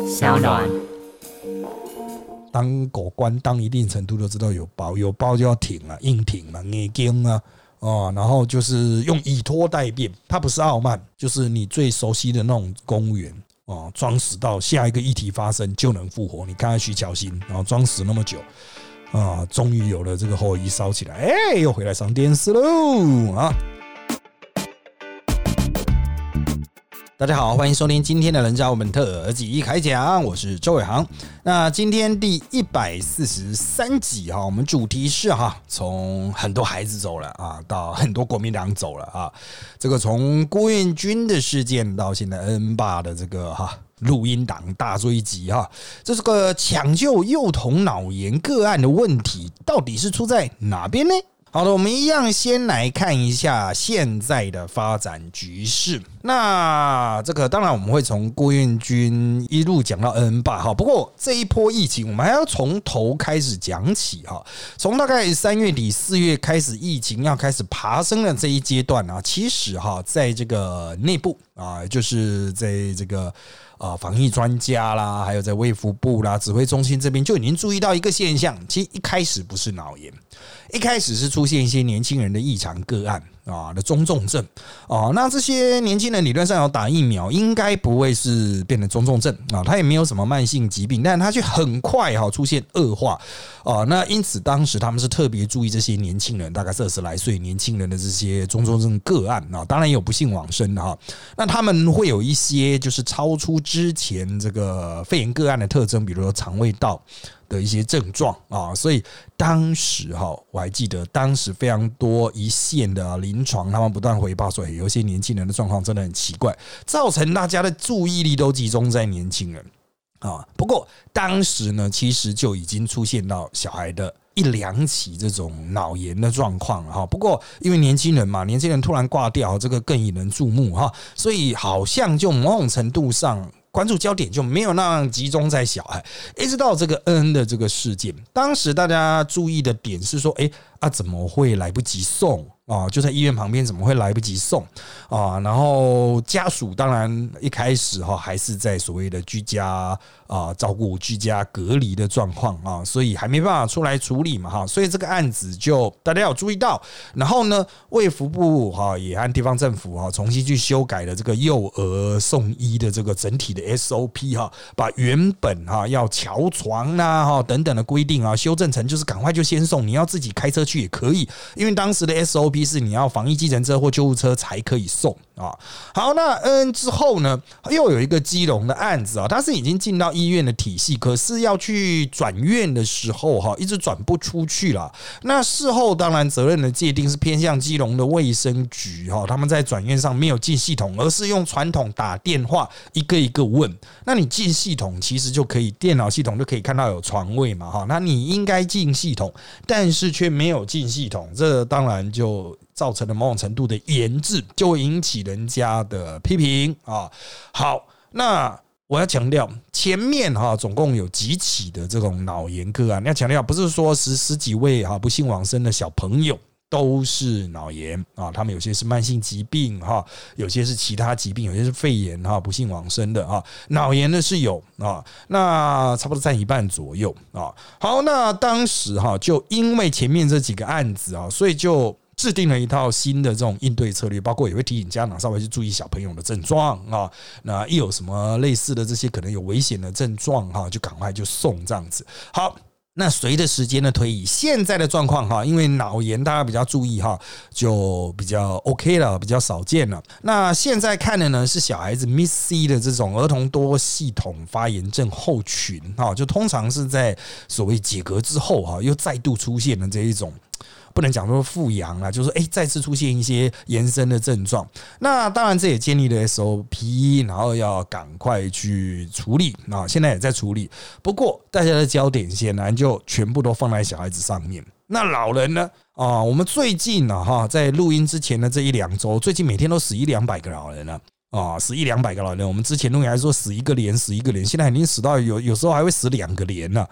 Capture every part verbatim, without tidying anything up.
小暖。 当狗官当一定程度都知道有包，有包就要挺啊，硬挺嘛，硬挺啊。哦，然后就是用以拖代变，它不是傲慢，就是你最熟悉的那种公务员哦，装死到下一个议题发生就能复活。你看看徐巧芯，然后装死那么久啊，终于有了这个后裔烧起来，哎、欸，又回来上电视喽啊！大家好，欢迎收听今天的人渣我们特辑开讲，我是周伟航。那今天第一百四十三集哈，我们主题是哈，从很多孩子走了啊，到很多国民党走了啊，这个从郭彥均的事件到现在 N 八的这个哈。录音档大追击哈，这是个抢救幼童脑炎个案的问题，到底是出在哪边呢？好的，我们一样先来看一下现在的发展局势。那这个当然我们会从郭彥均一路讲到 N 八哈，不过这一波疫情我们还要从头开始讲起哈。从大概三月底四月开始，疫情要开始爬升的这一阶段啊，其实哈，在这个内部啊，就是在这个。啊，防疫专家啦，还有在卫福部啦、指挥中心这边就已经注意到一个现象，其实一开始不是脑炎，一开始是出现一些年轻人的异常个案啊的中重症啊，那这些年轻人理论上有打疫苗，应该不会是变成中重症啊，他也没有什么慢性疾病，但他却很快哈出现恶化啊，那因此当时他们是特别注意这些年轻人，大概是二十来岁年轻人的这些中重症个案啊，当然也有不幸往生的哈，那他们会有一些就是超出之前这个肺炎个案的特征，比如说肠胃道的一些症状啊，所以当时哈，我还记得当时非常多一线的临床，他们不断回报说，有一些年轻人的状况真的很奇怪，造成大家的注意力都集中在年轻人啊。不过当时呢，其实就已经出现到小孩的一两起这种脑炎的状况哈，不过因为年轻人嘛，年轻人突然挂掉，这个更引人注目哈，所以好像就某种程度上。关注焦点就没有那样集中在小孩，一直到这个 N 的这个事件，当时大家注意的点是说，哎啊，怎么会来不及送啊？就在医院旁边，怎么会来不及送啊？然后家属当然一开始哈还是在所谓的居家啊照顾、居家隔离的状况啊，所以还没办法出来处理嘛哈，所以这个案子就大家有注意到，然后呢，卫福部哈也和地方政府哈重新去修改了这个幼儿送医的这个整体的 S O P 哈，把原本哈要乔床啦哈等等的规定啊修正成就是赶快就先送，你要自己开车去也可以，因为当时的 S O P 是你要防疫计程车或救护车才可以送啊。好，那 N 之后呢，又有一个基隆的案子啊，它是已经进到医院的体系，可是要去转院的时候哈，一直转不出去了。那事后当然责任的界定是偏向基隆的卫生局哈，他们在转院上没有进系统，而是用传统打电话一个一个问。那你进系统其实就可以，电脑系统就可以看到有床位嘛哈，那你应该进系统，但是却没有进系统，这当然就造成了某种程度的延滞，就会引起人家的批评啊。好，那我要强调，前面哈总共有几起的这种脑炎个案，要强调不是说十十几位哈不幸往生的小朋友。都是脑炎啊，他们有些是慢性疾病哈，有些是其他疾病，有些是肺炎哈，不幸往生的啊。脑炎的是有啊，那差不多占一半左右啊。好，那当时哈就因为前面这几个案子啊，所以就制定了一套新的这种应对策略，包括也会提醒家长稍微去注意小朋友的症状啊。那一有什么类似的这些可能有危险的症状哈，就赶快就送这样子。好。那随着时间的推移，现在的状况哈，因为脑炎大家比较注意哈，就比较 OK 了，比较少见了。那现在看的呢是小孩子 M I S C 的这种儿童多系统发炎症候群哈，就通常是在所谓解隔之后哈，又再度出现了这一种。不能讲说复阳啦，就是说，哎，再次出现一些延伸的症状。那当然，这也建立了 S O P， 然后要赶快去处理啊。现在也在处理，不过大家的焦点显然就全部都放在小孩子上面。那老人呢？啊，我们最近啊，哈，在录音之前的这一两周，最近每天都死一两百个老人了。啊，死一两百个老人，我们之前录音还说死一个连，死一个连，现在已经死到有有时候还会死两个连了。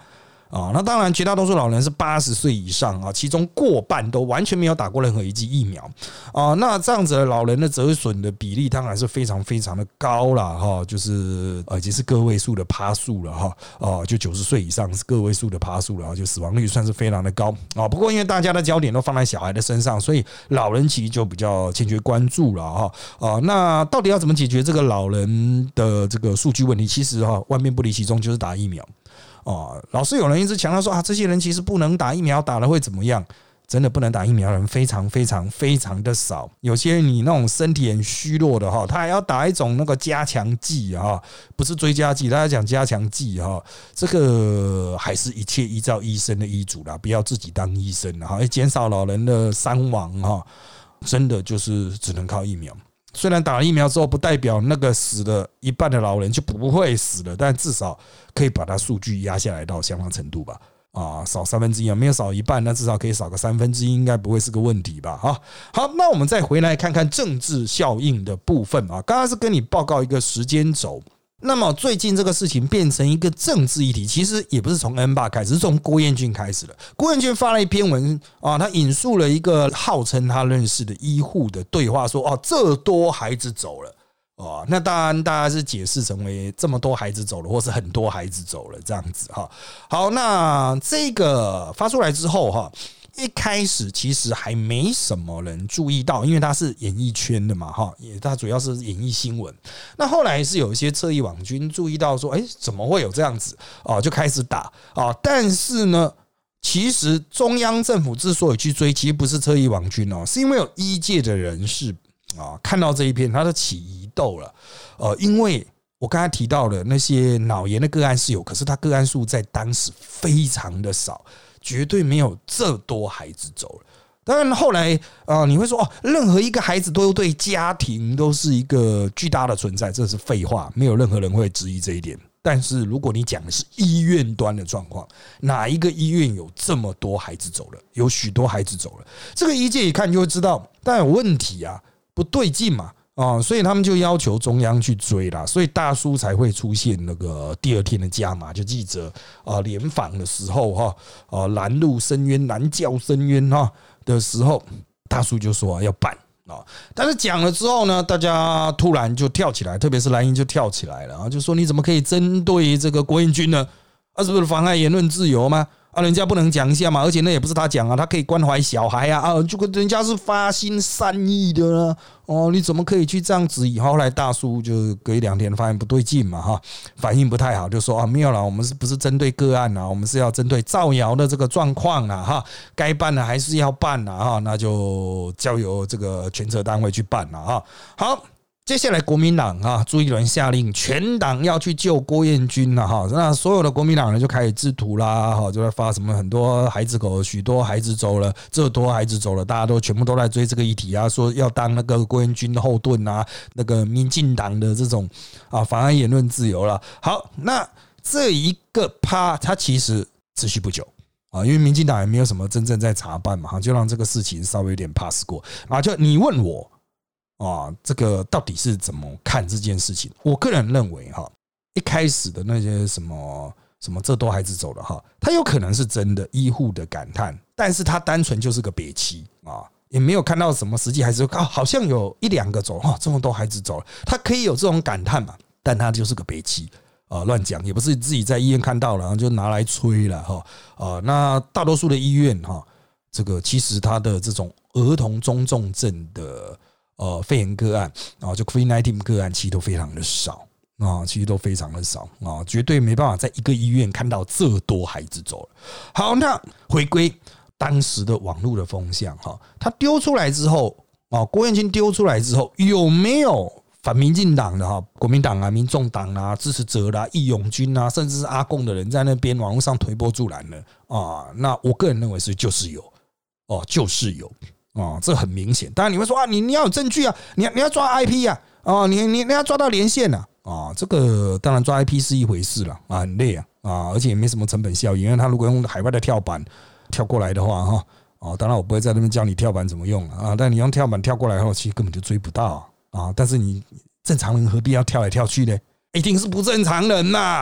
啊，那当然，绝大多数老人是八十岁以上啊，其中过半都完全没有打过任何一剂疫苗啊。那这样子的老人的折损的比例当然是非常非常的高了哈，就是呃已经是个位数的趴数了哈，啊，就九十岁以上是个位数的趴数了，就死亡率算是非常的高啊。不过因为大家的焦点都放在小孩的身上，所以老人其实就比较欠缺关注了哈。啊，那到底要怎么解决这个老人的这个数据问题？其实哈，万变不离其宗，就是打疫苗。哦，老是有人一直强调说啊，这些人其实不能打疫苗，打了会怎么样？真的不能打疫苗的人非常非常非常的少。有些你那种身体很虚弱的哈，他还要打一种那个加强剂啊，不是追加剂，大家讲加强剂哈，这个还是一切依照医生的医嘱啦，不要自己当医生哈，减少老人的伤亡哈，真的就是只能靠疫苗。虽然打了疫苗之后，不代表那个死了一半的老人就不会死了，但至少可以把它数据压下来到相当程度吧。啊，少三分之一啊，没有少一半，那至少可以少个三分之一，应该不会是个问题吧？哈，好，那我们再回来看看政治效应的部分啊。刚刚是跟你报告一个时间轴。那么最近这个事情变成一个政治议题，其实也不是从 N 八开始，是从郭彦均开始的。郭彦均发了一篇文啊，他引述了一个号称他认识的医护的对话，说哦，这多孩子走了。哦，那当然，大家是解释成为这么多孩子走了，或是很多孩子走了这样子哈。好，那这个发出来之后哈，一开始其实还没什么人注意到，因为他是演艺圈的嘛哈，也他主要是演艺新闻。那后来是有一些侧翼网军注意到说，哎，怎么会有这样子啊？就开始打啊，但是呢。其实中央政府之所以去追，其实不是侧翼网军哦，是因为有医界的人士啊看到这一篇，他就起疑窦了。呃，因为我刚才提到的那些脑炎的个案是有，可是他个案数在当时非常的少，绝对没有这多孩子走了。当然后来啊，你会说哦，任何一个孩子都对家庭都是一个巨大的存在，这是废话，没有任何人会质疑这一点。但是如果你讲的是医院端的状况，哪一个医院有这么多孩子走了？有许多孩子走了，这个医界一看就会知道，但有问题啊，不对劲嘛，啊，所以他们就要求中央去追啦，所以大叔才会出现那个第二天的加码，就记者啊联访的时候哈，啊拦路申冤、拦轿申冤哈的时候，大叔就说要办。但是讲了之后呢，大家突然就跳起来，特别是蓝营就跳起来了，就说你怎么可以针对这个郭彦均呢？啊，是不是妨碍言论自由吗？啊，人家不能讲一下嘛，而且那也不是他讲啊，他可以关怀小孩啊，啊，就人家是发心善意的呢，哦，你怎么可以去这样子？以后来大叔就隔一两天发现不对劲嘛，哈，反应不太好，就说啊，没有啦，我们是不是针对个案啊？我们是要针对造谣的这个状况啊，哈，该办的还是要办啊，哈，那就交由这个权责单位去办了哈。好。接下来国民党啊，朱一伦下令全党要去救郭彦均了哈，那所有的国民党人就开始制图啦，哈，就在发什么很多孩子狗，许多孩子走了，这多孩子走了，大家都全部都在追这个议题啊，说要当那个郭彦均的后盾啊，那个民进党的这种啊妨碍言论自由了。好，那这一个趴它其实持续不久。啊，因为民进党也没有什么真正在查办嘛，就让这个事情稍微有点 pass 过啊。就你问我。啊，这个到底是怎么看这件事情？我个人认为哈，一开始的那些什么什么这都孩子走了哈，他有可能是真的医护的感叹，但是他单纯就是个别期啊，也没有看到什么实际孩子啊，好像有一两个走哈，这么多孩子走了，他可以有这种感叹嘛，但他就是个别期啊，乱讲也不是自己在医院看到了，然后就拿来吹了哈啊，那大多数的医院哈，这个其实他的这种儿童中重症的。呃，肺炎个案啊，就 COVID 十九 个案，其实都非常的少啊，其实都非常的少啊，绝对没办法在一个医院看到这多孩子走了。好，那回归当时的网络的风向哈，他丢出来之后啊，郭彦均丢出来之后，有没有反民进党的哈，国民党啊、民众党啊、支持者啦、义勇军啊，甚至是阿共的人在那边网络上推波助澜呢？啊，那我个人认为是就是有哦，就是有。哦，这很明显。当然你会说啊，你你要有证据啊，你要你要抓 I P 啊，哦，你你你要抓到连线啊，啊，这个当然抓 I P 是一回事了啊，很累啊，啊，而且也没什么成本效益，因为他如果用海外的跳板跳过来的话，哈，哦，当然我不会在那边教你跳板怎么用啊，但你用跳板跳过来后，其实根本就追不到啊，但是你正常人何必要跳来跳去呢？一定是不正常人呐。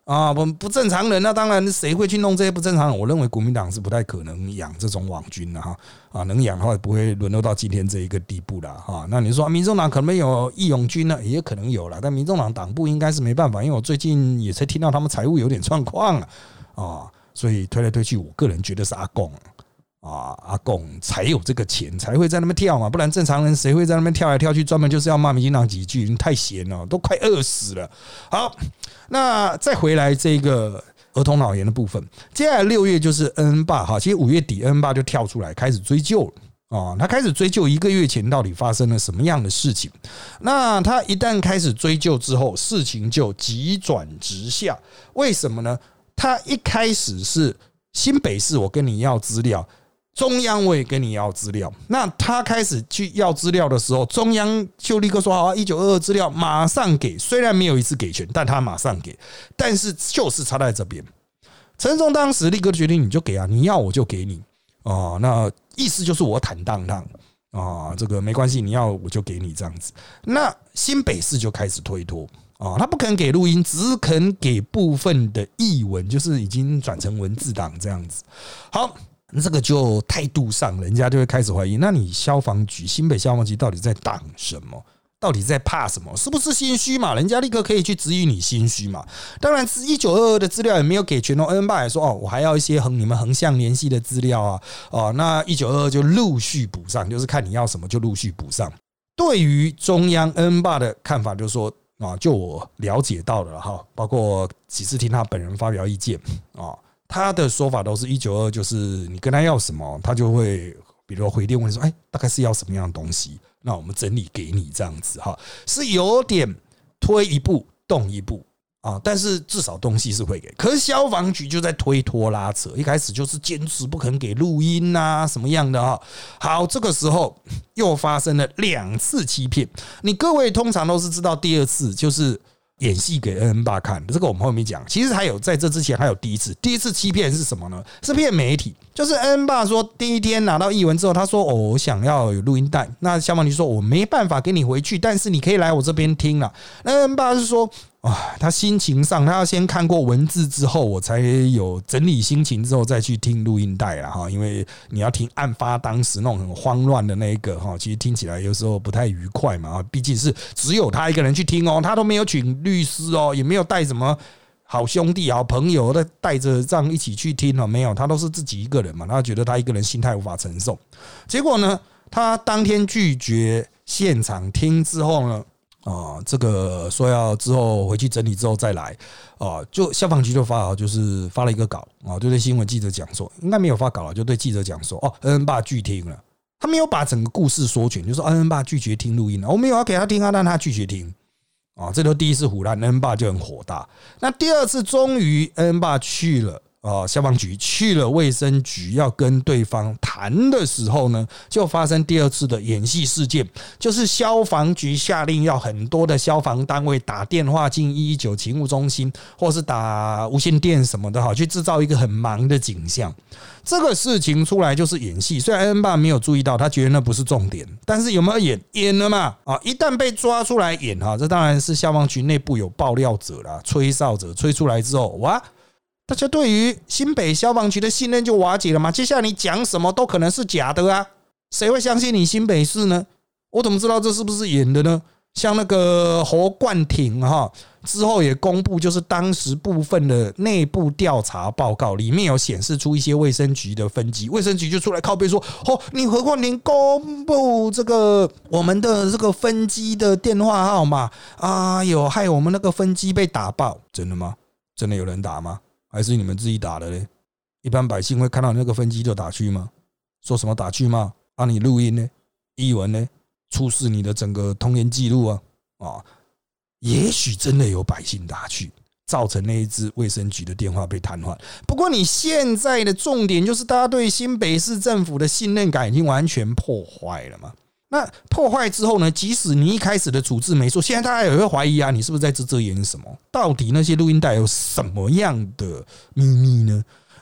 啊，不不正常人，那当然谁会去弄这些不正常人？我认为国民党是不太可能养这种网军的哈啊，能养的话不会沦落到今天这一个地步啦哈。那你说民众党可能有义勇军呢，也可能有啦，但民众党党部应该是没办法，因为我最近也才听到他们财务有点状况啊啊，所以推来推去，我个人觉得是阿共啊，阿共才有这个钱，才会在那边跳嘛，不然正常人谁会在那边跳来跳去，专门就是要骂民进党几句？太闲了，都快饿死了。好，那再回来这个儿童脑炎的部分，接下来六月就是恩恩爸哈，其实五月底恩恩爸就跳出来开始追究了啊，他开始追究一个月前到底发生了什么样的事情。那他一旦开始追究之后，事情就急转直下。为什么呢？他一开始是新北市，我跟你要资料。中央我也跟你要资料，那他开始去要资料的时候，中央就立刻说好啊，一九二二资料马上给，虽然没有一次给全，但他马上给，但是就是差在这边。陈松当时立刻决定你就给啊，你要我就给你啊，那意思就是我坦荡荡啊，这个没关系，你要我就给你这样子。那新北市就开始推脱啊，他不肯给录音，只肯给部分的译文，就是已经转成文字档这样子。好。这个就态度上，人家就会开始怀疑，那你消防局新北消防局到底在挡什么？到底在怕什么？是不是心虚嘛？人家立刻可以去质疑你心虚嘛？当然，一九二二的资料也没有给全哦。恩恩爸也说哦，我还要一些横你们横向联系的资料啊。哦，那一九二二就陆续补上，就是看你要什么就陆续补上。对于中央恩恩爸的看法，就是说啊，就我了解到的哈，包括几次听他本人发表意见啊。他的说法都是一九二，就是你跟他要什么，他就会比如说回电问说，哎，大概是要什么样的东西，那我们整理给你这样子哈，是有点推一步动一步啊，但是至少东西是会给。可是消防局就在推拖拉扯，一开始就是坚持不肯给录音啊什么样的哈。好，这个时候又发生了两次欺骗，你各位通常都是知道第二次就是演戏给恩恩爸看，这个我们后面讲。其实还有在这之前还有第一次，第一次欺骗是什么呢？是骗媒体，就是恩恩爸说第一天拿到译文之后，他说哦，我想要有录音带，那消防局说我没办法给你回去，但是你可以来我这边听了。那恩恩爸是说啊，他心情上他要先看过文字之后，我才有整理心情之后再去听录音带啦哈，因为你要听案发当时那种很慌乱的那一个哈，其实听起来有时候不太愉快嘛，毕竟是只有他一个人去听哦，他都没有请律师哦，也没有带什么好兄弟好朋友的带着这样一起去听哦，没有，他都是自己一个人嘛，他觉得他一个人心态无法承受，结果呢，他当天拒绝现场听之后呢。啊，这个说要之后回去整理之后再来啊，就消防局就发就是发了一个稿啊，就对新闻记者讲说，应该没有发稿了，就对记者讲说，哦，恩恩爸拒听了，他没有把整个故事说全，就说恩恩爸拒绝听录音了，我没有要给他听啊，但他拒绝听啊，这都第一次唬烂，恩恩爸就很火大。那第二次终于恩恩爸去了。啊，消防局去了卫生局，要跟对方谈的时候呢，就发生第二次的演戏事件，就是消防局下令要很多的消防单位打电话进一一九勤务中心，或是打无线电什么的哈，去制造一个很忙的景象。这个事情出来就是演戏，虽然恩爸没有注意到，他觉得那不是重点，但是有没有演？演了嘛！啊，一旦被抓出来演哈，这当然是消防局内部有爆料者啦，吹哨者吹出来之后，哇！大家对于新北消防局的信任就瓦解了嘛？接下来你讲什么都可能是假的啊！谁会相信你新北市呢？我怎么知道这是不是演的呢？像那个侯冠廷哈，之后也公布，就是当时部分的内部调查报告里面有显示出一些卫生局的分机，卫生局就出来靠背说：哦，你何冠廷公布这个我们的这个分机的电话号码啊，有害我们那个分机被打爆，真的吗？真的有人打吗？还是你们自己打的嘞？一般百姓会看到那个分机就打去吗？说什么打去吗？啊，你录音呢？译文呢？出示你的整个通联记录啊！啊，也许真的有百姓打去，造成那一支卫生局的电话被瘫痪。不过你现在的重点就是大家对新北市政府的信任感已经完全破坏了嘛。那破坏之后呢？即使你一开始的处置没错，现在大家也会怀疑啊，你是不是在遮遮掩什么？到底那些录音带有什么样的秘密呢？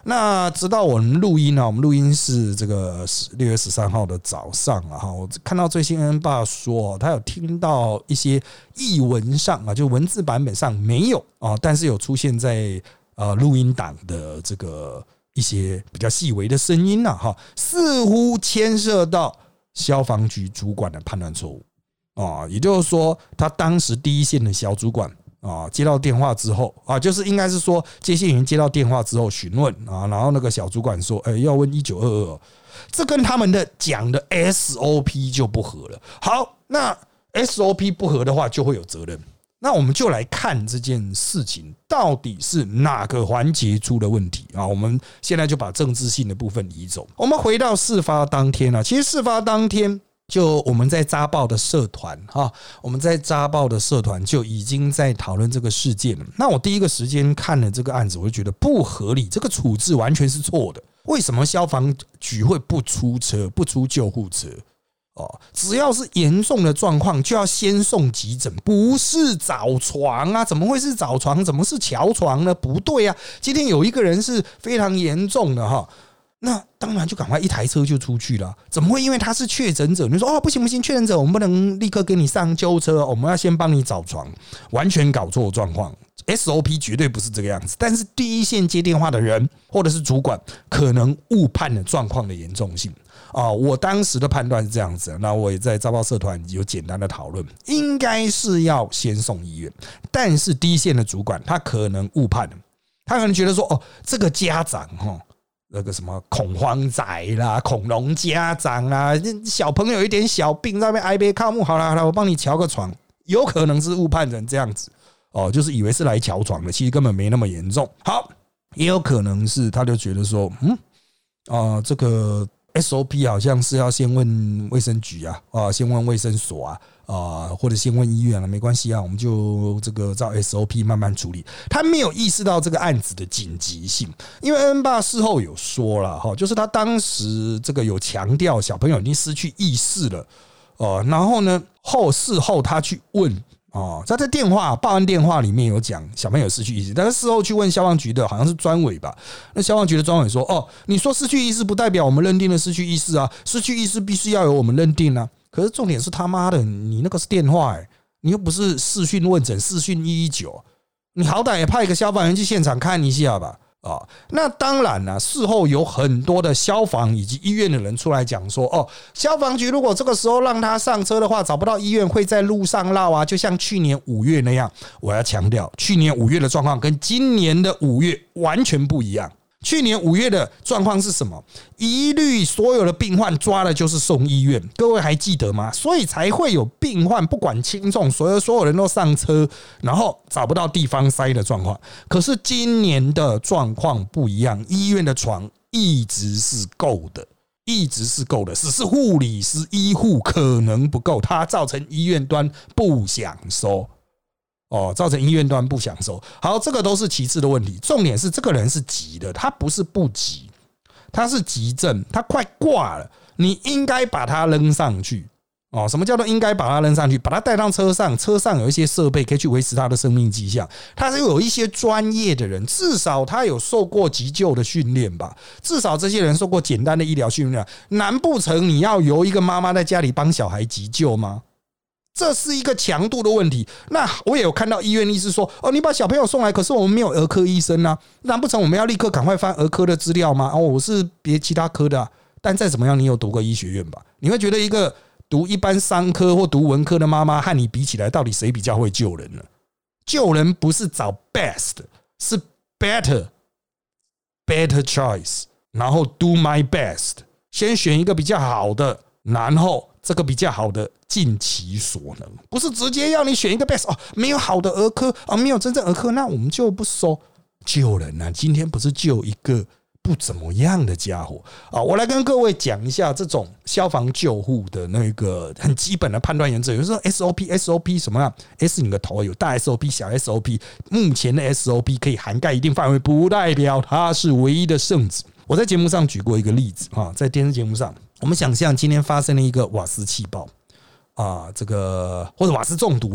那直到我们录音啊，我们录音是这个六月十三号的早上啊，哈，我看到最新 N 爸说，他有听到一些译文上啊，就文字版本上没有啊，但是有出现在呃录音档的这个一些比较细微的声音啊，哈，似乎牵涉到消防局主管的判断错误啊，也就是说，他当时第一线的小主管。啊，接到电话之后啊，就是应该是说接线员接到电话之后询问啊，然后那个小主管说，哎、欸，要问一九二二，这跟他们的讲的 S O P 就不合了。好，那 S O P 不合的话，就会有责任。那我们就来看这件事情到底是哪个环节出了问题啊？我们现在就把政治性的部分移走。我们回到事发当天啊，其实事发当天。就我们在扎报的社团哈，我们在扎报的社团就已经在讨论这个事件了。那我第一个时间看了这个案子，我就觉得不合理，这个处置完全是错的。为什么消防局会不出车、不出救护车？哦，只要是严重的状况，就要先送急诊，不是找床啊？怎么会是找床？怎么是乔床呢？不对啊！今天有一个人是非常严重的哈。那当然就赶快一台车就出去了，怎么会因为他是确诊者，你说哦不行不行，确诊者我们不能立刻给你上救护车，我们要先帮你找床，完全搞错状况。S O P 绝对不是这个样子，但是第一线接电话的人或者是主管可能误判了状况的严重性啊。我当时的判断是这样子，那我也在扎报社团有简单的讨论，应该是要先送医院，但是第一线的主管他可能误判了，他可能觉得说哦这个家长哈。那个什么恐慌仔啦、恐龙家长啦，小朋友有一点小病，在那边挨杯靠木，好了好了，我帮你瞧个床，有可能是误判成这样子哦，就是以为是来瞧床的，其实根本没那么严重。好，也有可能是他就觉得说，嗯啊、呃，这个 S O P 好像是要先问卫生局啊，啊，先问卫生所啊。啊，或者先问医院了，没关系啊，我们就这个照 S O P 慢慢处理。他没有意识到这个案子的紧急性，因为恩爸事后有说了哈，就是他当时这个有强调小朋友已经失去意识了，哦，然后呢后事后他去问哦，他在电话报案电话里面有讲小朋友失去意识，但是事后去问消防局的好像是专委吧，那消防局的专委说，哦，你说失去意识不代表我们认定的失去意识啊，失去意识必须要有我们认定啊。可是重点是他妈的，你那个是电话、欸，你又不是视讯问诊、视讯一一九，你好歹也派一个消防员去现场看一下吧。啊，那当然了，事后有很多的消防以及医院的人出来讲说，哦，消防局如果这个时候让他上车的话，找不到医院会在路上绕啊，就像去年五月那样。我要强调，去年五月的状况跟今年的五月完全不一样。去年五月的状况是什么？一律所有的病患抓了就是送医院，各位还记得吗？所以才会有病患不管轻重，所有所有人都上车，然后找不到地方塞的状况。可是今年的状况不一样，医院的床一直是够的，一直是够的，只是护理师、医护可能不够，它造成医院端不想收。哦，造成医院端不想收。好，这个都是其次的问题，重点是这个人是急的，他不是不急，他是急症，他快挂了，你应该把他扔上去。哦，什么叫做应该把他扔上去？把他带到车上，车上有一些设备可以去维持他的生命迹象。他是有一些专业的人，至少他有受过急救的训练吧？至少这些人受过简单的医疗训练。难不成你要由一个妈妈在家里帮小孩急救吗？这是一个强度的问题。那我也有看到医院医师说，哦，你把小朋友送来，可是我们没有儿科医生啊，难不成我们要立刻赶快翻儿科的资料吗？哦，我是别其他科的啊，但再怎么样，你有读过医学院吧？你会觉得一个读一般商科或读文科的妈妈和你比起来，到底谁比较会救人呢？救人不是找 best， 是 better better choice， 然后 do my best， 先选一个比较好的，然后这个比较好的尽其所能，不是直接要你选一个 best 哦，没有好的儿科啊，没有真正儿科，那我们就不收。救人啊，今天不是救一个不怎么样的家伙啊！我来跟各位讲一下这种消防救护的那个很基本的判断原则。有人说 S O P S O P 什么啊 ？S 你个头，有大 S O P 小 S O P， 目前的 S O P 可以涵盖一定范围，不代表它是唯一的圣旨。我在节目上举过一个例子啊，在电视节目上，我们想象今天发生了一个瓦斯气爆啊，这个或者瓦斯中毒了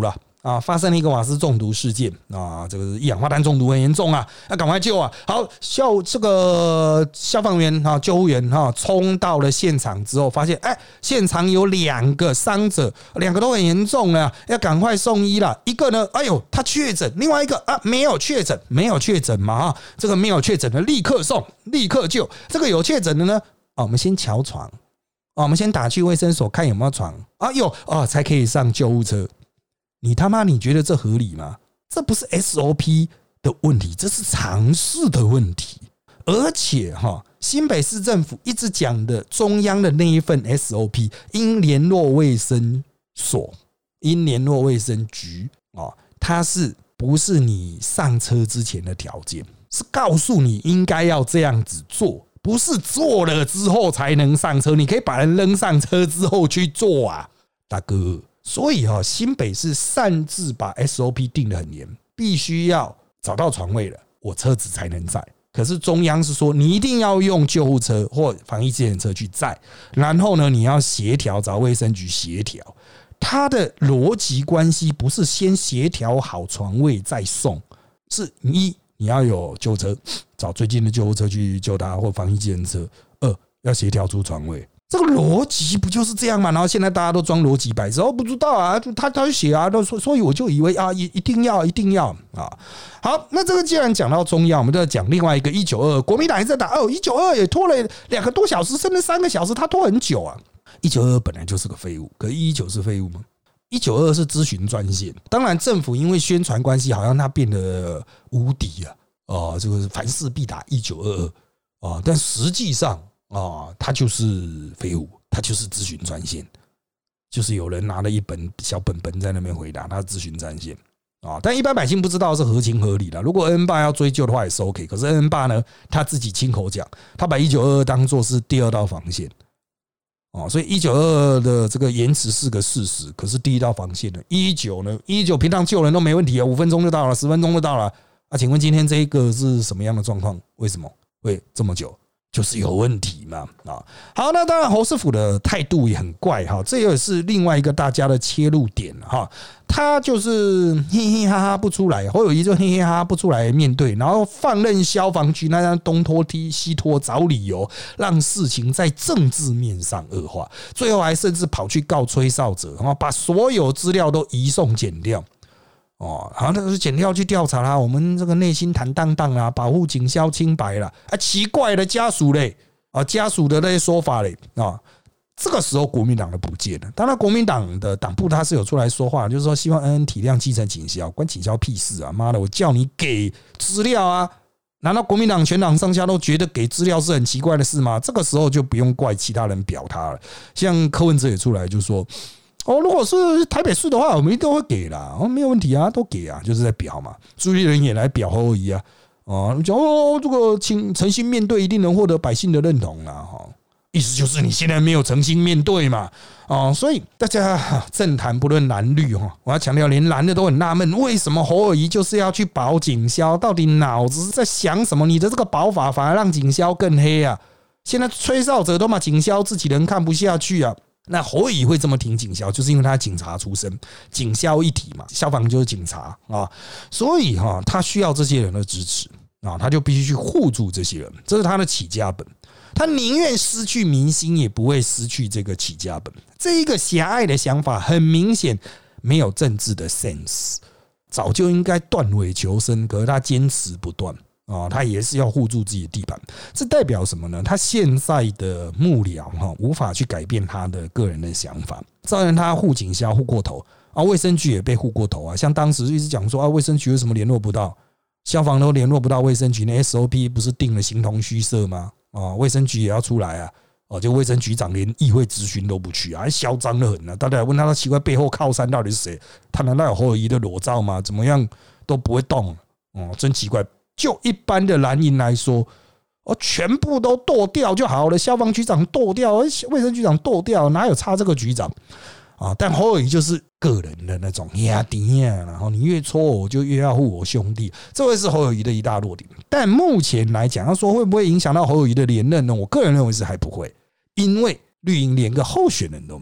啊，发生了一个瓦斯中毒事件啊，这个一氧化碳中毒很严重啊，要赶快救啊！好，消这个消防员啊、救护员哈，冲到了现场之后，发现哎，现场有两个伤者，两个都很严重了，要赶快送医了。一个呢，哎呦，他确诊；另外一个啊，没有确诊，没有确诊嘛哈，这个没有确诊的立刻送，立刻救。这个有确诊的呢，啊，我们先瞧床。哦，我们先打去卫生所看有没有床啊，有哦，才可以上救护车。你他妈你觉得这合理吗？这不是 S O P 的问题，这是常识的问题。而且哈，新北市政府一直讲的中央的那一份 S O P， 应联络卫生所、应联络卫生局哦，它是不是你上车之前的条件？是告诉你应该要这样子做。不是做了之后才能上车，你可以把人扔上车之后去做啊，大哥。所以哈，新北市擅自把 S O P 定得很严，必须要找到床位了，我车子才能载。可是中央是说，你一定要用救护车或防疫计程车去载，然后呢，你要协调找卫生局协调。它的逻辑关系不是先协调好床位再送，是一。你要有救护车，找最近的救护车去救他，或防疫计程车。二要协调出床位，这个逻辑不就是这样吗？然后现在大家都装逻辑白痴，哦，不知道啊，他他写啊，所以我就以为啊，一一定要一定要啊。好，那这个既然讲到中央，我们就要讲另外一个一九二二，国民党也在打哦，一九二二也拖了两个多小时，甚至三个小时，他拖很久啊。一九二二本来就是个废物，可一一九是废物吗？一九二二是咨询专线，当然政府因为宣传关系，好像它变得无敌啊，哦，这个凡事必打一九二二啊，但实际上啊，它就是废物，它就是咨询专线，就是有人拿了一本小本本在那边回答，它是咨询专线啊，但一般百姓不知道是合情合理的。如果 N 爸要追究的话也是 OK， 可是 N 爸呢，他自己亲口讲，他把一九二二当作是第二道防线。哦，所以一九二二的这个延迟是个事实，可是第一道防线呢？一九呢？一九平常救人都没问题啊，五分钟就到了，十分钟就到了啊。请问今天这一个是什么样的状况？为什么会这么久？就是有问题嘛啊！好，那当然侯师傅的态度也很怪哈，这也是另外一个大家的切入点哈。他就是嘿嘿哈哈不出来，侯友宜就嘿嘿哈哈不出来面对，然后放任消防局那样东拖西拖找理由，让事情在政治面上恶化，最后还甚至跑去告吹哨者，把所有资料都移送检调。哦，好，那是检调去调查啦，我们这个内心坦荡荡啦，保护警消清白啦，啊，奇怪的家属嘞，啊，家属的那些说法嘞，啊，这个时候国民党的不见了。当然，国民党的党部他是有出来说话，就是说希望恩恩体谅基层警消，关警消屁事啊！妈的，我叫你给资料啊！难道国民党全党上下都觉得给资料是很奇怪的事吗？这个时候就不用怪其他人表他了。像柯文哲也出来就说。哦，如果是台北市的话，我们一定会给啦，哦，没有问题啊，都给啊，就是在表嘛。朱立伦也来表侯友宜啊，哦，讲哦，这个请诚心面对，一定能获得百姓的认同啦，哈，意思就是你现在没有诚心面对嘛，哦，所以大家政坛不论蓝绿哈，我要强调，连蓝的都很纳闷，为什么侯友宜就是要去保警消？到底脑子在想什么？你的这个保法反而让警消更黑啊！现在吹哨者都把警消自己人看不下去啊。那侯友宜会这么挺警消，就是因为他警察出身，警消一体嘛，消防就是警察啊，所以哈，他需要这些人的支持啊，他就必须去护住这些人，这是他的起家本。他宁愿失去民心，也不会失去这个起家本。这一个狭隘的想法，很明显没有政治的 sense， 早就应该断尾求生，可是他坚持不断。哦，他也是要护住自己的地盘，这代表什么呢？他现在的幕僚哈，无法去改变他的个人的想法，造成他护警消护过头啊，卫生局也被护过头啊。像当时一直讲说啊，卫生局为什么联络不到，消防都联络不到卫生局，那 S O P 不是定了形同虚设吗？啊，卫生局也要出来啊，哦，就卫生局长连议会质询都不去啊，嚣张得很啊！大家问他，他奇怪背后靠山到底是谁？他难道有侯友宜的裸照吗？怎么样都不会动哦，真奇怪。就一般的蓝营来说，哦，全部都剁掉就好了。消防局长剁掉，卫生局长剁掉，哪有差这个局长啊？但侯友宜就是个人的那种压低啊，然后你越戳我，我就越要护我兄弟，这会是侯友宜的一大弱点。但目前来讲，要说会不会影响到侯友宜的连任呢？我个人认为是还不会，因为绿营连个候选人都没有。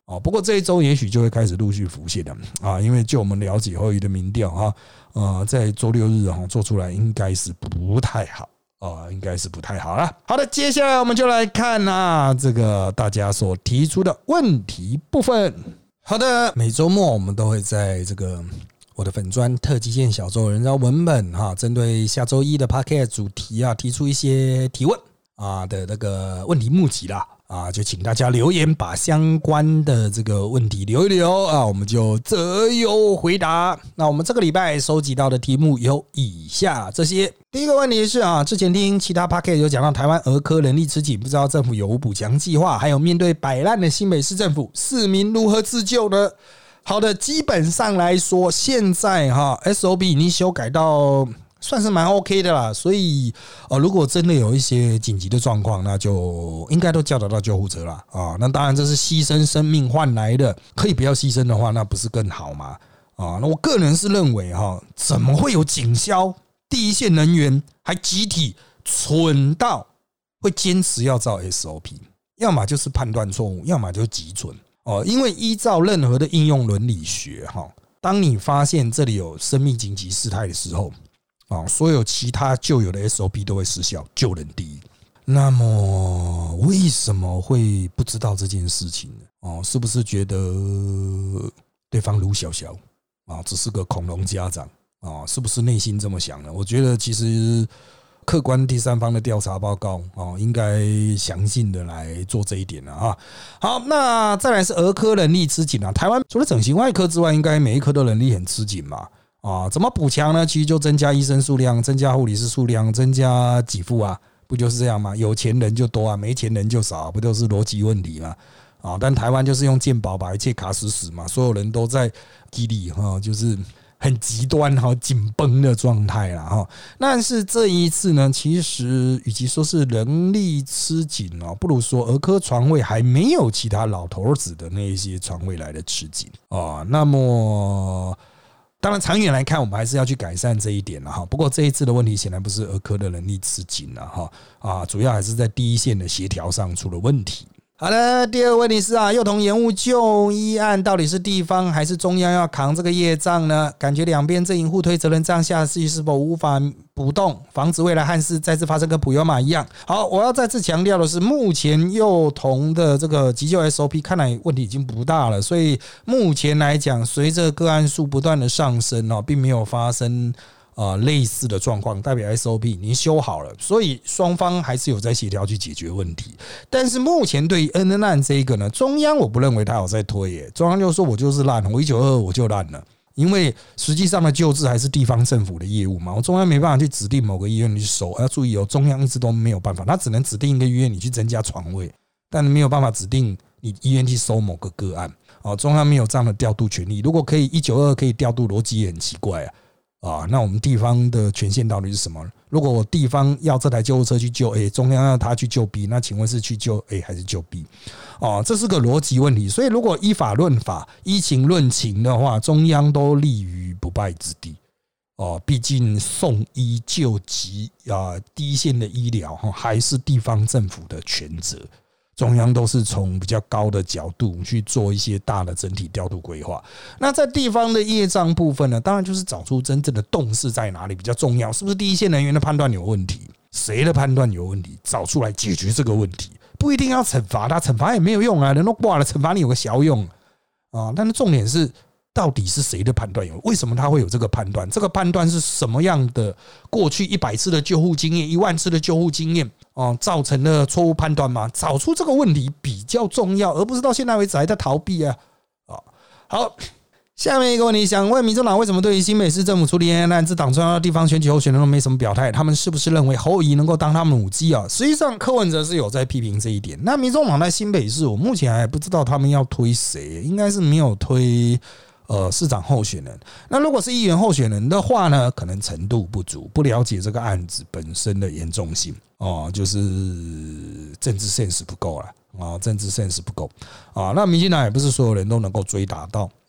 哦，不过这一周也许就会开始陆续浮现了啊，因为就我们了解侯友宜的民调哈，呃，在周六日哈做出来应该是不太好啊，应该是不太好了。好的，接下来我们就来看啊，这个大家所提出的问题部分。好的，每周末我们都会在这个我的粉专特极限小周人造文本哈，针对下周一的 Podcast 主题啊，提出一些提问啊的那个问题募集啦。啊，就请大家留言，把相关的这个问题留一留啊，我们就择优回答。那我们这个礼拜收集到的题目有以下这些。第一个问题是啊，之前听其他 podcast 有讲到台湾儿科人力吃紧，不知道政府有无补强计划，还有面对摆烂的新北市政府，市民如何自救呢？好的，基本上来说，现在哈 S O P 已经修改到算是蛮 OK 的啦，所以呃，如果真的有一些紧急的状况，那就应该都叫得到救护车啦啊。那当然这是牺牲生命换来的，可以不要牺牲的话，那不是更好吗？啊，那我个人是认为哈，怎么会有警消第一线人员还集体蠢到会坚持要照 S O P？ 要么就是判断错误，要么就是极蠢哦。因为依照任何的应用伦理学哈，当你发现这里有生命紧急事态的时候，啊，所有其他旧有的 S O P 都会失效，救人第一。那么为什么会不知道这件事情呢？哦，是不是觉得对方卢小小啊，只是个恐龙家长啊？是不是内心这么想呢？我觉得其实客观第三方的调查报告啊，应该详细的来做这一点了啊。好，那再来是儿科人力吃紧啊。台湾除了整形外科之外，应该每一科的人力很吃紧嘛。啊，怎么补强呢？其实就增加医生数量，增加护理师数量，增加给付啊，不就是这样吗？有钱人就多啊，没钱人就少啊，不都是逻辑问题吗？啊，但台湾就是用健保把一切卡死死嘛，所有人都在激励哈，就是很极端哈紧绷的状态啦哈。但是这一次呢，其实与其说是人力吃紧哦，不如说儿科床位还没有其他老头子的那一些床位来的吃紧啊。那么当然，长远来看，我们还是要去改善这一点了哈。不过这一次的问题显然不是儿科的人力吃紧了哈啊，主要还是在第一线的协调上出了问题。好的，第二个问题是啊，幼童延误就医案到底是地方还是中央要扛这个业障呢？感觉两边阵营互推责任，这样下去是否无法补洞，防止未来憾事再次发生，跟普悠玛一样？好，我要再次强调的是，目前幼童的这个急救 S O P 看来问题已经不大了，所以目前来讲，随着个案数不断的上升哦，并没有发生呃，类似的状况，代表 S O P 已经修好了，所以双方还是有在协调去解决问题。但是目前对于 N N 案这一个呢，中央我不认为他有在推耶，中央就说我就是烂，我一九二二我就烂了，因为实际上的救治还是地方政府的业务嘛，我中央没办法去指定某个医院去收，要注意哦，中央一直都没有办法，他只能指定一个医院你去增加床位，但没有办法指定你医院去收某个个案，中央没有这样的调度权利。如果可以一九二二可以调度，逻辑也很奇怪啊。啊，那我们地方的权限到底是什么？如果我地方要这台救护车去救 A， 中央要他去救 B， 那请问是去救 A 还是救 B？ 哦，这是个逻辑问题。所以如果依法论法、依情论情的话，中央都立于不败之地。哦，毕竟送医救急啊，第一线的医疗还是地方政府的权责。中央都是从比较高的角度去做一些大的整体调度规划。那在地方的业障部分呢，当然就是找出真正的洞是在哪里比较重要，是不是第一线人员的判断有问题，谁的判断有问题，找出来解决这个问题，不一定要惩罚他，惩罚也没有用啊，人都挂了，惩罚你有个小用啊。但是重点是，到底是谁的判断有？为什么他会有这个判断？这个判断是什么样的？过去一百次的救护经验，一万次的救护经验。哦，造成了错误判断吗？找出这个问题比较重要，而不是到现在为止还在逃避啊！好，下面一个问题，想问民众党为什么对于新北市政府处理 N N 案，自党中央的地方选举候选人都没什么表态？他们是不是认为侯友宜能够当他们母鸡啊？实际上，柯文哲是有在批评这一点。那民众党在新北市，我目前还不知道他们要推谁，应该是没有推。呃，市长候选人，那如果是议员候选人的话呢，可能程度不足，不了解这个案子本身的严重性哦，就是政治 sense 不够了啊，政治 sense 不够啊。那民进党也不是所有人都能够追打到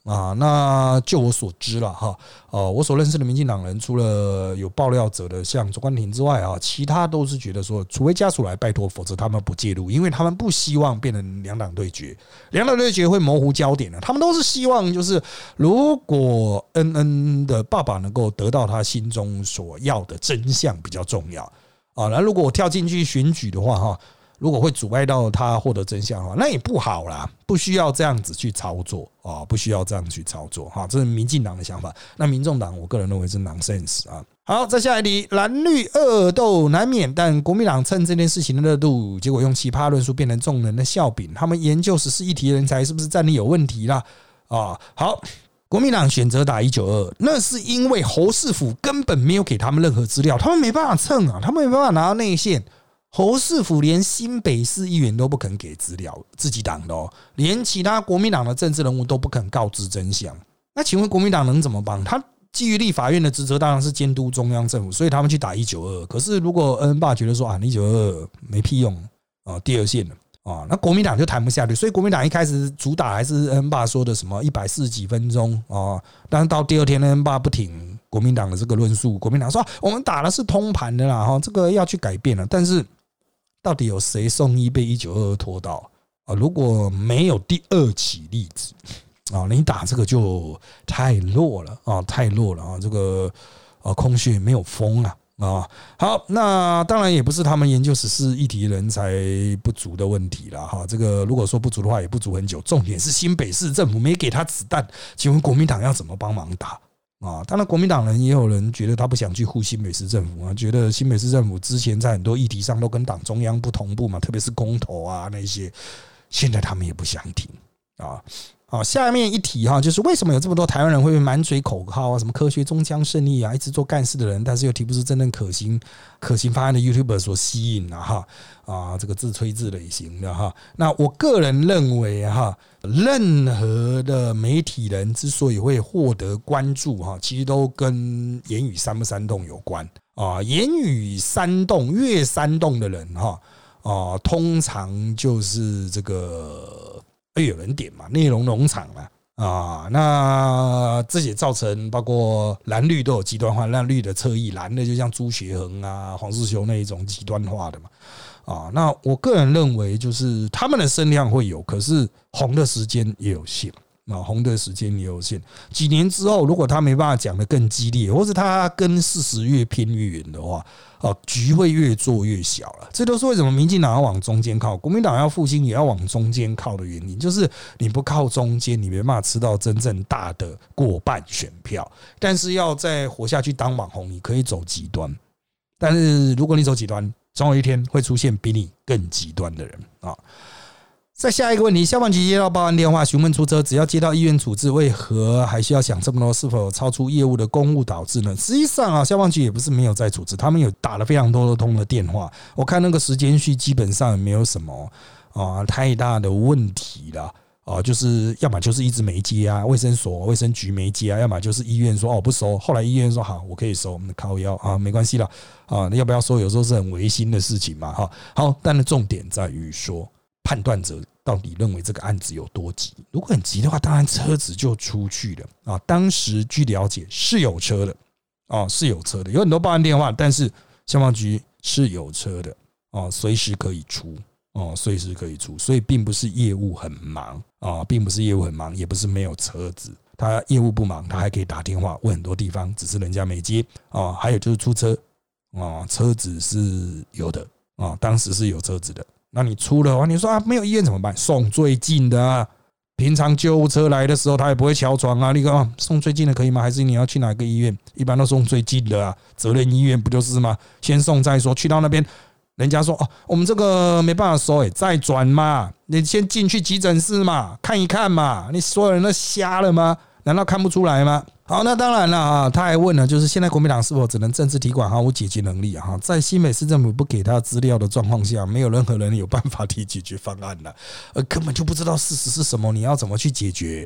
啊，那就我所知了哈，呃，我所认识的民进党人，除了有爆料者的像周冠廷之外啊，其他都是觉得说，除非家属来拜托，否则他们不介入，因为他们不希望变成两党对决，两党对决会模糊焦点的。他们都是希望，就是如果恩恩的爸爸能够得到他心中所要的真相比较重要啊。那如果我跳进去选举的话，哈。如果会阻碍到他获得真相的话，那也不好啦，不需要这样子去操作啊，不需要这样去操作哈，这是民进党的想法。那民众党，我个人认为是 nonsense 啊。好，再下一题，蓝绿恶斗难免，但国民党趁这件事情的热度，结果用奇葩论述变成众人的笑柄。他们研究时事议题的人才是不是战力有问题啦？啊，好。国民党选择打一九二，那是因为侯世辅根本没有给他们任何资料，他们没办法蹭啊，他们没办法拿到内线。侯世辅连新北市议员都不肯给资料，自己党的哦，连其他国民党的政治人物都不肯告知真相。那请问国民党能怎么帮？他基于立法院的职责，当然是监督中央政府，所以他们去打一九二。可是如果恩爸觉得说啊，一九二没屁用啊，第二线了啊，那国民党就谈不下去。所以国民党一开始主打还是恩爸说的什么一百四十几分钟啊，但是到第二天恩爸不挺国民党的这个论述，国民党说、啊、我们打的是通盘的啦，哈，这个要去改变了，但是。到底有谁送医被一九二二拖到啊？如果没有第二起例子啊，你打这个就太弱了啊，太弱了啊！这个啊空穴没有风啊啊！好，那当然也不是他们研究时事议题人才不足的问题了哈。这个如果说不足的话，也不足很久。重点是新北市政府没给他子弹，请问国民党要怎么帮忙打？啊，当然，国民党人也有人觉得他不想去护新北市政府啊，觉得新北市政府之前在很多议题上都跟党中央不同步嘛，特别是公投啊那些，现在他们也不想听啊。好，下面一题哈，就是为什么有这么多台湾人会被满嘴口号啊，什么科学终将胜利啊，一直做干事的人，但是又提不出真正可行可行方案的 YouTuber 所吸引啊哈啊，这个自吹自擂型的哈。那我个人认为哈，任何的媒体人之所以会获得关注哈，其实都跟言语煽不煽动有关啊。言语煽动越煽动的人哈啊，通常就是这个。会有人点嘛，内容农场嘛啊，那这也造成包括蓝绿都有极端化，那绿的侧翼，蓝的就像朱学恒啊、黄世修那一种极端化的嘛啊。那我个人认为，就是他们的声量会有，可是红的时间也有限。啊，红的时间也有限，几年之后，如果他没办法讲得更激烈，或者他跟事实越偏越远的话，啊，局会越做越小了。这都是为什么民进党要往中间靠，国民党要复兴也要往中间靠的原因，就是你不靠中间，你没办法吃到真正大的过半选票。但是要再活下去当网红，你可以走极端，但是如果你走极端，总有一天会出现比你更极端的人啊。再下一个问题，消防局接到报案电话询问出车，只要接到医院处置，为何还需要想这么多？是否有超出业务的公务导致呢？实际上啊，消防局也不是没有在处置，他们有打了非常多的通的电话。我看那个时间序基本上也没有什么啊太大的问题啦。啊，就是要么就是一直没接啊，卫生所、卫生局没接啊，要么就是医院说哦不收，后来医院说好，我可以收，我们靠腰啊，没关系啦啊，要不要收？有时候是很违心的事情嘛，哈。好，但是重点在于说。判断者到底认为这个案子有多急？如果很急的话，当然车子就出去了啊。当时据了解是有车的啊，是有车的，有很多报案电话，但是消防局是有车的啊，随时可以出哦，随时可以出，所以并不是业务很忙啊，并不是业务很忙，也不是没有车子。他业务不忙，他还可以打电话问很多地方，只是人家没接啊。还有就是出车啊，车子是有的啊，当时是有车子的。那你出了话，你说啊没有医院怎么办？送最近的啊！平常救护车来的时候，他也不会敲床啊。你看啊，送最近的可以吗？还是你要去哪个医院？一般都送最近的啊，责任医院不就是吗？先送再说。去到那边，人家说哦，我们这个没办法收，哎，再转嘛。你先进去急诊室嘛，看一看嘛。你所有人都瞎了吗？难道看不出来吗？好，那当然了啊，他还问了，就是现在国民党是否只能政治提管，毫无解决能力啊？在新北市政府不给他资料的状况下，没有任何人有办法提解决方案了，而根本就不知道事实是什么，你要怎么去解决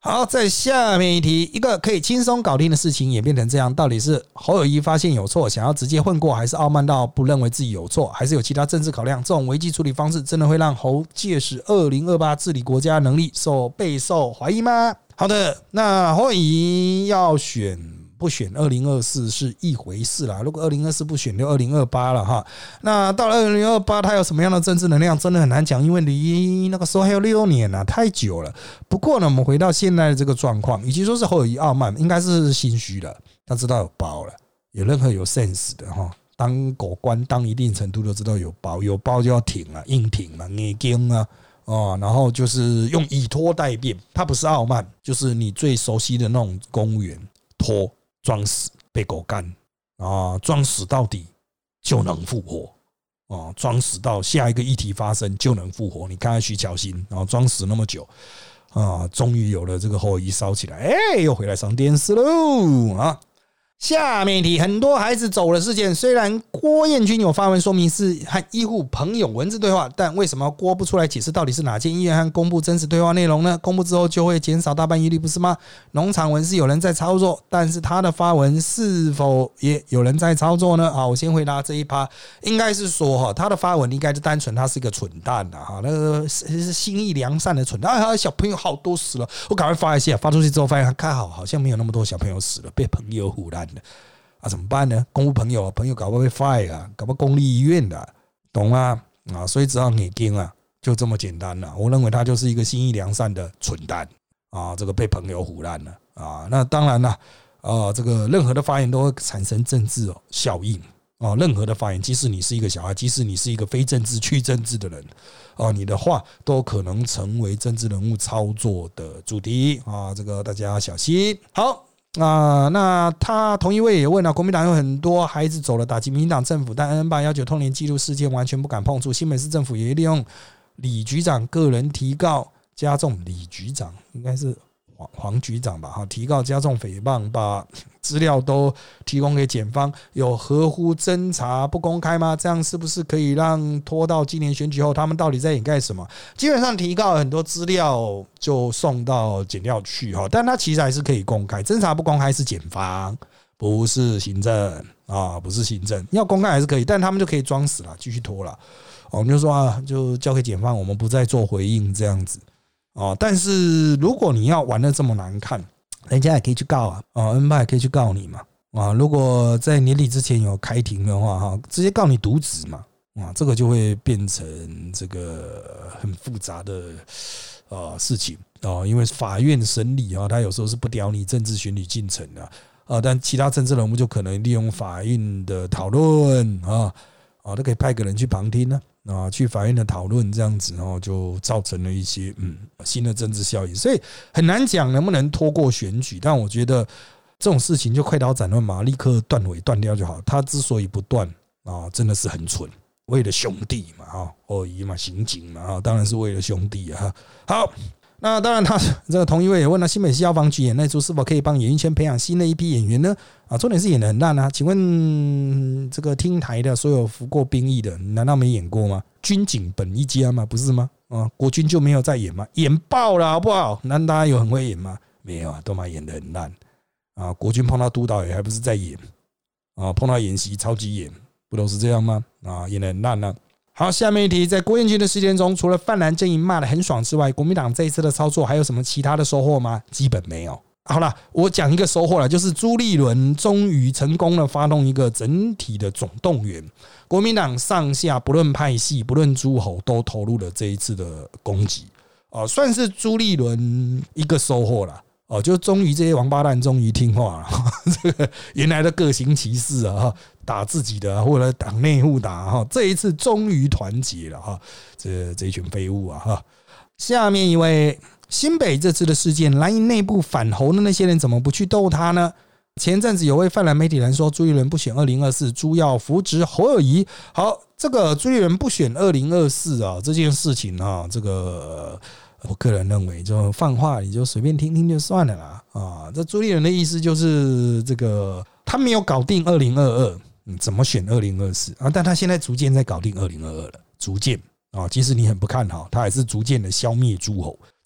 好，在下面一题，一个可以轻松搞定的事情演变成这样，到底是侯友宜发现有错，想要直接混过，还是傲慢到不认为自己有错，还是有其他政治考量？这种危机处理方式真的会让侯届时二零二八治理国家能力受备受怀疑吗？好的，那侯友宜要选不选二零二四是一回事啦，如果二零二四不选就二零二八了哈。那到了二零二八他有什么样的政治能量真的很难讲，因为离那个时候还有六年啊，太久了。不过呢，我们回到现在的这个状况，与其说是侯友宜傲慢，应该是心虚了，他知道有包了，有任何有 sense 的哈，当狗官当一定程度都知道有包，有包就要挺啊，硬挺嘛，硬挺啊。哦，然后就是用以拖代变，他不是傲慢，就是你最熟悉的那种公务员拖装死被狗干啊，装死到底就能复活啊，装死到下一个议题发生就能复活。你看看徐巧芯，然后装死那么久啊，终于有了这个侯友宜烧起来，哎，又回来上电视喽啊！下面一题，很多孩子走了事件，虽然郭彦均有发文说明是和医护朋友文字对话，但为什么郭不出来解释到底是哪间医院和公布真实对话内容呢？公布之后就会减少大半疑虑，不是吗？农场文是有人在操作，但是他的发文是否也有人在操作呢？好，我先回答这一趴，应该是说哈，他的发文应该是单纯他是一个蠢蛋的哈，那个是心意良善的蠢蛋。啊，小朋友好多死了，我赶快发一下，发出去之后发现看好好像没有那么多小朋友死了，被朋友唬烂。啊，怎么办呢？公务朋友，朋友搞不好被 fire 啊，搞不好公立医院的、啊，懂吗？啊，所以只好给盯啊，就这么简单了、啊。我认为他就是一个心意良善的蠢蛋啊，这个被朋友唬烂了啊。那当然了，啊，这个任何的发言都会产生政治效应啊，任何的发言，即使你是一个小孩，即使你是一个非政治去政治的人啊，你的话都可能成为政治人物操作的主题啊，这个大家要小心。好。啊，那他同一位也问了，国民党有很多孩子走了打击民进党政府，但恩爸要求通联记录事件完全不敢碰触。新北市政府也利用李局长个人提告加重，李局长应该是黄黄局长吧？哈，提告加重诽谤，把资料都提供给检方，有合乎侦查不公开吗？这样是不是可以让拖到今年选举后，他们到底在掩盖什么？基本上提告很多资料就送到检调去哈，但他其实还是可以公开，侦查不公开是检方，不是行政啊，不是行政，要公开还是可以，但他们就可以装死了，继续拖了。我们就说啊，就交给检方，我们不再做回应这样子啊。但是如果你要玩得这么难看，人家也可以去告啊，啊，恩爸也可以去告你嘛，啊，如果在年底之前有开庭的话，哈，直接告你渎职嘛，啊，这个就会变成这个很复杂的呃事情啊，因为法院审理啊，他有时候是不屌你政治选举进程的啊，但其他政治人物就可能利用法院的讨论啊，啊，都可以派个人去旁听呢。啊，去法院的讨论这样子，然后就造成了一些嗯新的政治效应，所以很难讲能不能拖过选举。但我觉得这种事情就快刀斩乱麻，立刻断尾断掉就好。他之所以不断啊，真的是很蠢，为了兄弟嘛，哈，侯友宜嘛，刑警嘛，哈，当然是为了兄弟啊。好。那当然，他这个同一位也问了，新北市消防局演那出是否可以帮演艺圈培养新的一批演员呢？啊，重点是演得很烂啊！请问这个听台的所有服过兵役的，难道没演过吗？军警本一家吗？不是吗？啊，国军就没有在演吗？演爆了好不好？难道有很会演吗？没有啊，都嘛演得很烂啊！国军碰到督导也还不是在演啊？碰到演习超级演，不都是这样吗？啊，演得很烂啊！好，下面一题，在郭彦均的事件中，除了泛蓝阵营骂得很爽之外，国民党这一次的操作还有什么其他的收获吗？基本没有。好了，我讲一个收获了，就是朱立伦终于成功的发动一个整体的总动员，国民党上下不论派系、不论诸侯都投入了这一次的攻击，啊，算是朱立伦一个收获了。哦，就终于这些王八蛋终于听话了，这个原来的各行其事啊，打自己的或者党内互打哈，这一次终于团结了哈，这这一群废物啊哈。下面一位，新北这次的事件，蓝营内部反侯的那些人怎么不去斗他呢？前阵子有位泛蓝媒体人说，朱立伦不选二零二四，朱要扶植侯友宜。好，这个朱立伦不选二零二四啊，这件事情啊，这个。我个人认为，就放话你就随便听听就算了啦啊！这朱立伦的意思就是这个他没有搞定二零二二，你怎么选二零二四啊？但他现在逐渐在搞定二零二二了，逐渐啊！即使你很不看好，他还是逐渐的消灭诸侯，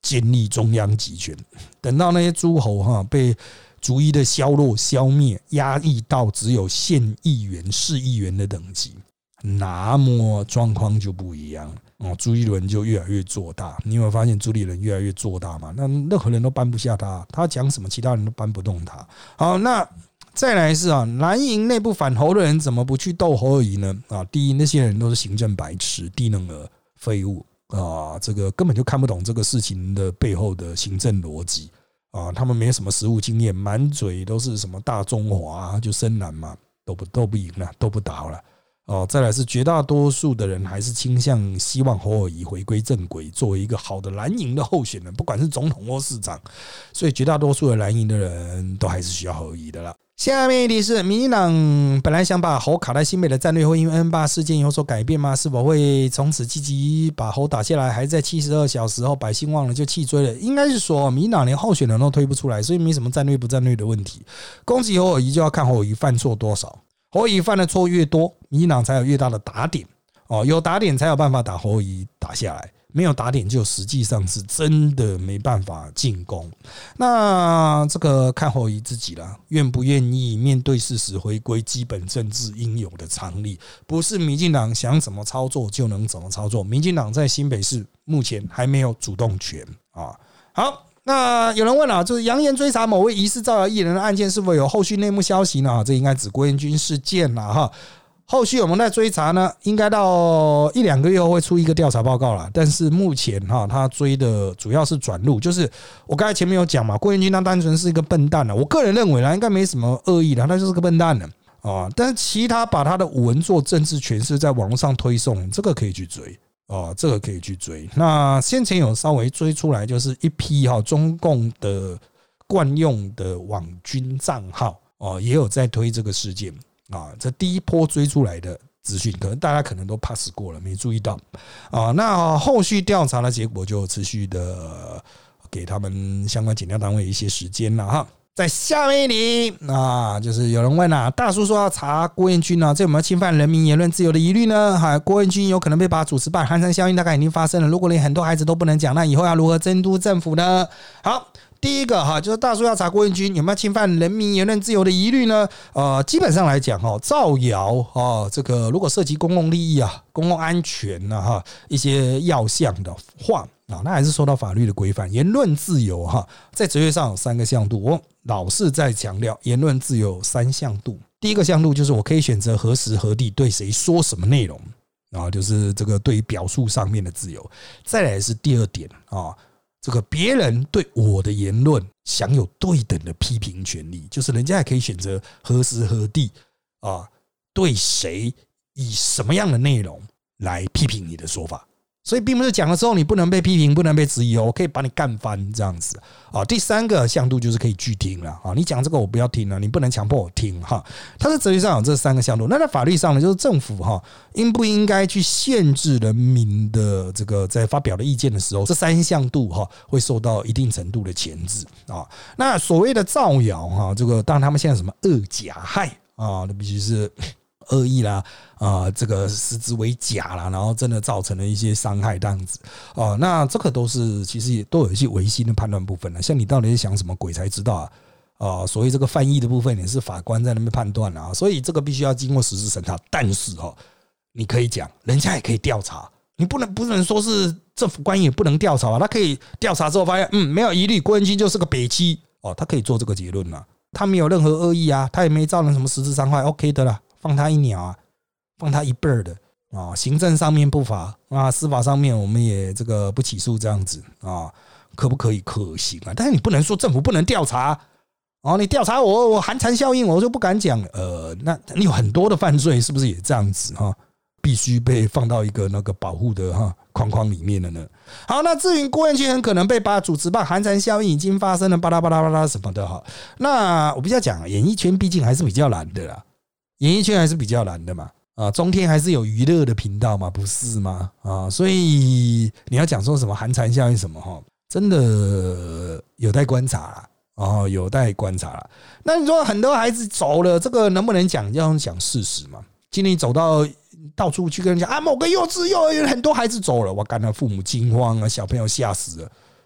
建立中央集权。等到那些诸侯哈被逐一的削弱、消灭、压抑到只有县议员、市议员的等级，那么状况就不一样了。哦，朱立伦就越来越做大。你有没有发现朱立伦越来越做大嘛？那任何人都搬不下他，他讲什么，其他人都搬不动他。好，那再来是啊，蓝营内部反侯的人怎么不去斗侯友宜呢？啊，第一，那些人都是行政白痴、低能儿、废物啊，这个根本就看不懂这个事情的背后的行政逻辑啊，他们没什么实务经验，满嘴都是什么大中华，就深蓝嘛，斗不斗不赢了，斗不倒了。哦，再来是绝大多数的人还是倾向希望侯友宜回归正轨，作为一个好的蓝营的候选人，不管是总统或市长，所以绝大多数的蓝营的人都还是需要侯友宜的啦。下面一题是，民进党本来想把侯卡在新北的战略会因为 N 八 事件有所改变吗？是否会从此积极把侯打下来？还是在七十二小时后百姓忘了就弃追了？应该是说，民进党连候选人都推不出来，所以没什么战略不战略的问题。攻击侯友宜就要看侯友宜犯错多少。侯友宜犯的错越多，民进党才有越大的打点哦，有打点才有办法打侯友宜打下来，没有打点就实际上是真的没办法进攻。那这个看侯友宜自己啦，愿不愿意面对事实，回归基本政治应有的常理，不是民进党想怎么操作就能怎么操作。民进党在新北市目前还没有主动权啊。好。那有人问了，就是扬言追查某位疑似造谣艺人的案件是否有后续内幕消息呢？这应该指郭彥均事件了哈。后续我们在追查呢，应该到一两个月后会出一个调查报告了。但是目前哈，他追的主要是转录，就是我刚才前面有讲嘛，郭彥均他单纯是一个笨蛋了。我个人认为啦，应该没什么恶意的，他就是个笨蛋了啊。但是其他把他的文做政治诠释在网络上推送，这个可以去追。哦，这个可以去追。那先前有稍微追出来，就是一批哈中共的惯用的网军账号哦，也有在推这个事件啊。这第一波追出来的资讯，可能大家可能都 pass 过了，没注意到啊。那后续调查的结果就持续的给他们相关检调单位一些时间了哈。在下面一题啊，就是有人问啊，大叔说要查郭彥均啊，这有没有侵犯人民言论自由的疑虑呢？哈，郭彥均有可能被把主持办，寒蝉效应大概已经发生了。如果连很多孩子都不能讲，那以后要如何监督政府呢？好。第一个哈，就是大叔要查郭彥均有没有侵犯人民言论自由的疑虑呢？呃，基本上来讲哈，造谣啊，这个如果涉及公共利益啊、公共安全啊哈一些要项的话啊，那还是受到法律的规范。言论自由哈，在哲学上有三个向度，我老是在强调言论自由有三向度。第一个向度就是我可以选择何时何地对谁说什么内容啊，就是这个对于表述上面的自由。再来是第二点啊。这个别人对我的言论享有对等的批评权利，就是人家也可以选择何时何地啊，对谁以什么样的内容来批评你的说法。所以并不是讲了之后你不能被批评，不能被质疑哦，我可以把你干翻这样子啊。第三个向度就是可以拒听了啊，你讲这个我不要听了，你不能强迫我听哈。它是哲学上有这三个向度，那在法律上呢，就是政府哈应不应该去限制人民的这个在发表的意见的时候，这三向度哈会受到一定程度的钳制啊。那所谓的造谣哈，这个当然他们现在什么恶假害啊，那必须是。恶意啦，啊，这个实质为假啦，然后真的造成了一些伤害这样子啊，那这个都是其实也都有一些唯心的判断部分了。像你到底是想什么鬼才知道啊？啊，所以这个翻译的部分也是法官在那边判断啊，所以这个必须要经过实质审查。但是哈，你可以讲，人家也可以调查，你不能不能说是政府官员也不能调查啊，他可以调查之后发现，嗯，没有疑虑，郭彥均就是个北七哦，他可以做这个结论啊，他没有任何恶意啊，他也没造成什么实质伤害 ，OK 的啦。放他一鸟啊，放他一辈儿的啊！行政上面不罚啊，司法上面我们也这个不起诉这样子啊，可不可以？可行啊！但是你不能说政府不能调查哦，你调查我，我寒蝉效应，我就不敢讲。呃，那你有很多的犯罪，是不是也这样子哈？必须被放到一个那个保护的哈框框里面的呢？好，那至于郭彥均很可能被把主持办，寒蝉效应已经发生了，巴拉巴拉巴拉什么的哈。那我比较讲，演艺圈毕竟还是比较难的啦。演艺圈还是比较难的嘛，啊，中天还是有娱乐的频道嘛，不是吗？啊，所以你要讲说什么寒蝉效应什么哈，真的有待观察啦，哦，有待观察啦。那你说很多孩子走了，这个能不能讲？要讲事实嘛。今天走到到处去跟人讲啊，某个幼稚幼儿园很多孩子走了，我干了父母惊慌啊，小朋友吓死了。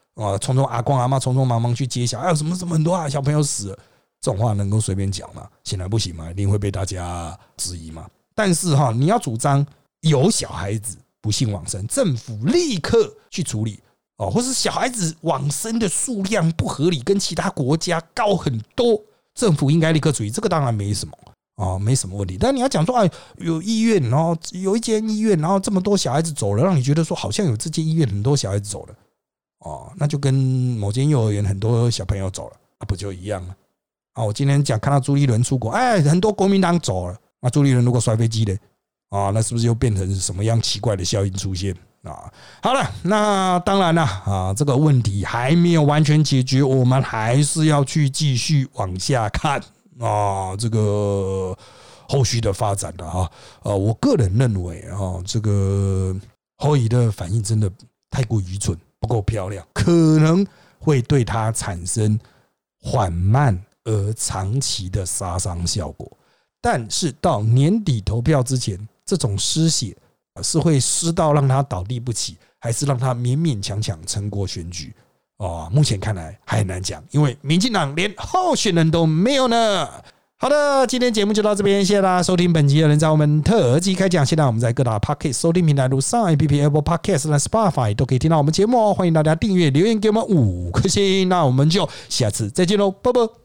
啊，匆匆阿公阿嬷匆匆忙忙去接小孩，哎，什么什么很多啊小朋友死了，这种话能够随便讲吗？显然不行嘛，一定会被大家质疑嘛。但是哈，你要主张有小孩子不幸往生，政府立刻去处理哦，或是小孩子往生的数量不合理，跟其他国家高很多，政府应该立刻处理，这个当然没什么哦，没什么问题。但你要讲说，哎，有医院，然后有一间医院，然后这么多小孩子走了，让你觉得说好像有这间医院很多小孩子走了哦，那就跟某间幼儿园很多小朋友走了啊，不就一样吗？啊，我今天讲看到朱立伦出国，哎，很多国民党走了。那朱立伦如果摔飞机呢？啊，那是不是又变成什么样奇怪的效应出现啊？好了，那当然了啊，这个问题还没有完全解决，我们还是要去继续往下看啊，这个后续的发展的啊。呃，我个人认为啊，这个侯乙的反应真的太过愚蠢，不够漂亮，可能会对他产生缓慢而长期的杀伤效果。但是到年底投票之前，这种失血是会失到让他倒地不起，还是让他勉勉强强撑过选举？哦，目前看来还很难讲，因为民进党连候选人都没有呢。好的，今天节目就到这边，谢谢大家收听本期的人在我们特辑开讲。现在我们在各大 Podcast 收听平台，如上 A P P、Apple Podcast 和 Spotify 都可以听到我们节目哦。欢迎大家订阅、留言给我们五颗星，那我们就下次再见喽，拜拜。